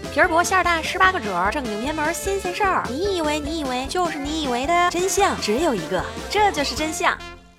皮儿薄馅儿大，18个褶，正经偏门新鲜事儿。你以为就是你以为的真相只有一个，这就是真相。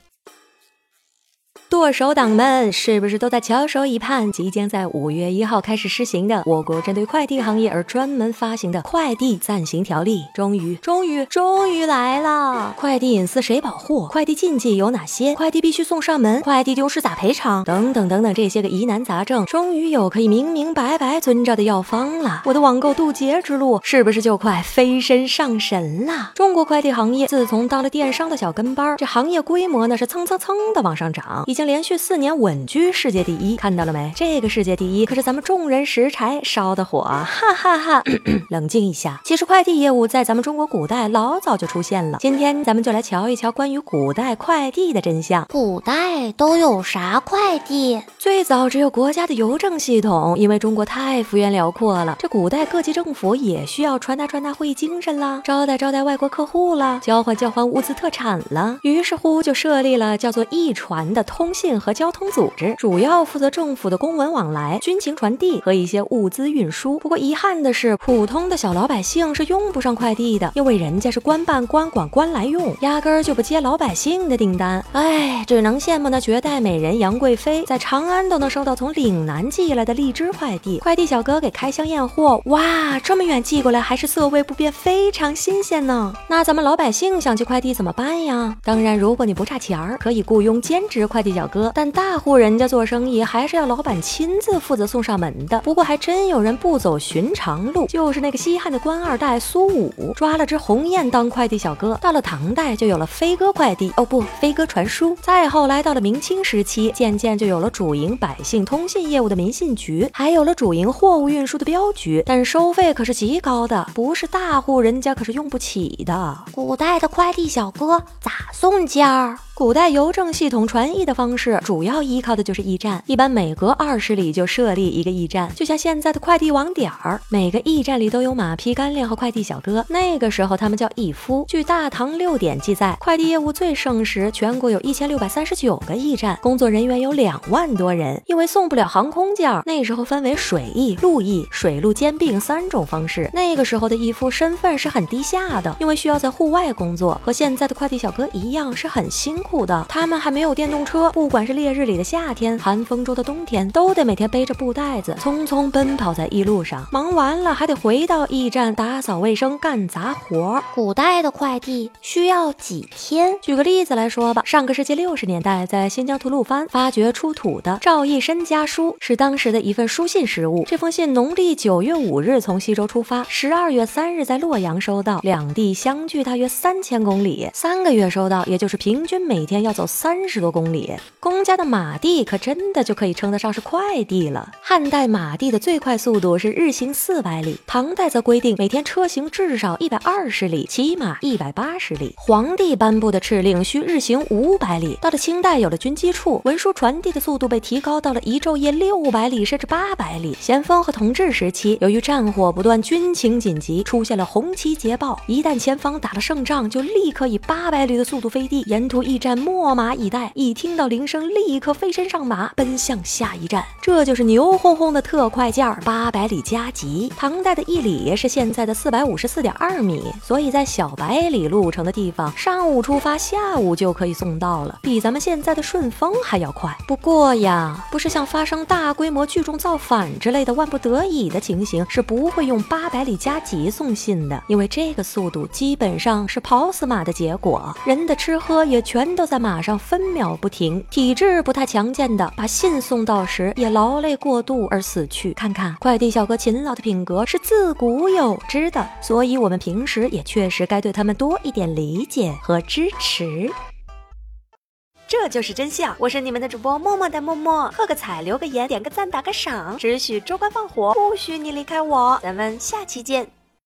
剁手党们是不是都在翘首以盼即将在5月1号开始施行的我国针对快递行业而专门发行的快递暂行条例？终于来了！快递隐私谁保护？快递禁忌有哪些？快递必须送上门？快递丢失咋赔偿？等等这些个疑难杂症，终于有可以明白遵照的药方了。我的网购渡劫之路是不是就快飞身上神了？中国快递行业自从当了电商的小跟班，这行业规模呢是蹭的往上涨，已经连续4年稳居世界第一。看到了没？这个世界第一可是咱们众人拾柴烧的火，哈哈哈。冷静一下，其实快递业务在咱们中国古代老早就出现了。今天咱们就来瞧一瞧关于古代快递的真相。 古代都有啥快递？ 最早只有国家的邮政系统，因为中国太幅员辽阔了，这古代各级政府也需要传达会议精神啦，招待外国客户啦，交换物资特产啦，于是乎就设立了叫做驿传的通信和交通组织，主要负责政府的公文往来、军情传递和一些物资运输。不过遗憾的是，普通的小老百姓是用不上快递的，因为人家是官办官管官来用，压根儿就不接老百姓的订单。只能羡慕那绝代美人杨贵妃在长安都能收到从岭南寄来的荔枝快递，快递小哥给开箱验货，哇，这么远寄过来还是色味不变，非常新鲜呢。那咱们老百姓想寄快递怎么办呀？当然，如果你不差钱儿，可以雇佣兼职快递小哥，但大户人家做生意还是要老板亲自负责送上门的。不过还真有人不走寻常路，就是那个西汉的官二代苏武，抓了只鸿雁当快递小哥。到了唐代就有了飞鸽快递，飞鸽传书。再后来到了明清时期，渐渐就有了主营百姓通信业务的民信局，还有了主营货物运输的镖局，但收费可是极高的，不是大户人家可是用不起的。 古代的快递小哥咋送件儿？ 古代邮政系统传译的方式主要依靠的就是驿站，一般每隔20里就设立一个驿站，就像现在的快递网点儿，每个驿站里都有马匹干练和快递小哥，那个时候他们叫驿夫。据《大唐6典》记载，快递业务最盛时，全国有1639个驿站，工作人员有2万多人。因为送不了航空件，那时候分为水驿、陆驿、水陆兼并3种方式。那个时候的驿夫身份是很低下的，因为需要在户外工作，和现在的快递小哥一样是很辛苦的。他们还没有电动车，不管是烈日里的夏天，寒风中的冬天，都得每天背着布袋子匆匆奔跑在驿路上，忙完了还得回到驿站打扫卫生干杂活。 古代的快递需要几天？ 举个例子来说吧，上个世纪60年代在新疆吐鲁番发掘出土的赵义深家书，是当时的一份书信实物。这封信农历9月5日从西周出发，12月3日在洛阳收到，两地相距大约3000公里，3个月收到，也就是平均每天要走30多公里。公家的马地可真的就可以称得上是快递了。汉代马地的最快速度是日行400里，唐代则规定每天车行至少120里，骑马180里。皇帝颁布的敕令需日行500里。到了清代有了军机处，文书传递的速度被提高到了一昼夜600里甚至800里。咸丰和同治时期，由于战火不断，军情紧急，出现了红旗捷报，一旦前方打了胜仗，就立刻以800里的速度飞地，沿途驿站秣马以待，一听到铃声立刻飞身上马奔向下一站。这就是牛哄哄的特快件800里加急。唐代的1里是现在的454.2米，所以在小白里路程的地方，上午出发下午就可以送到了，比咱们现在的顺丰还要快。不过呀，不是像发生大规模聚众造反之类的万不得已的情形，是不会用800里加急送信的，因为这个速度基本上是跑死马的结果，人的吃喝也全都在马上分秒不停，体质不太强健的把信送到时也劳累过度而死去。看看快递小哥勤劳的品格是自古有之的，所以我们平时也确实该对他们多一点理解和支持。这就是真相，我是你们的主播默默的默默，喝个彩，留个言，点个赞，打个赏，只许州官放火，不许你离开我，咱们下期见。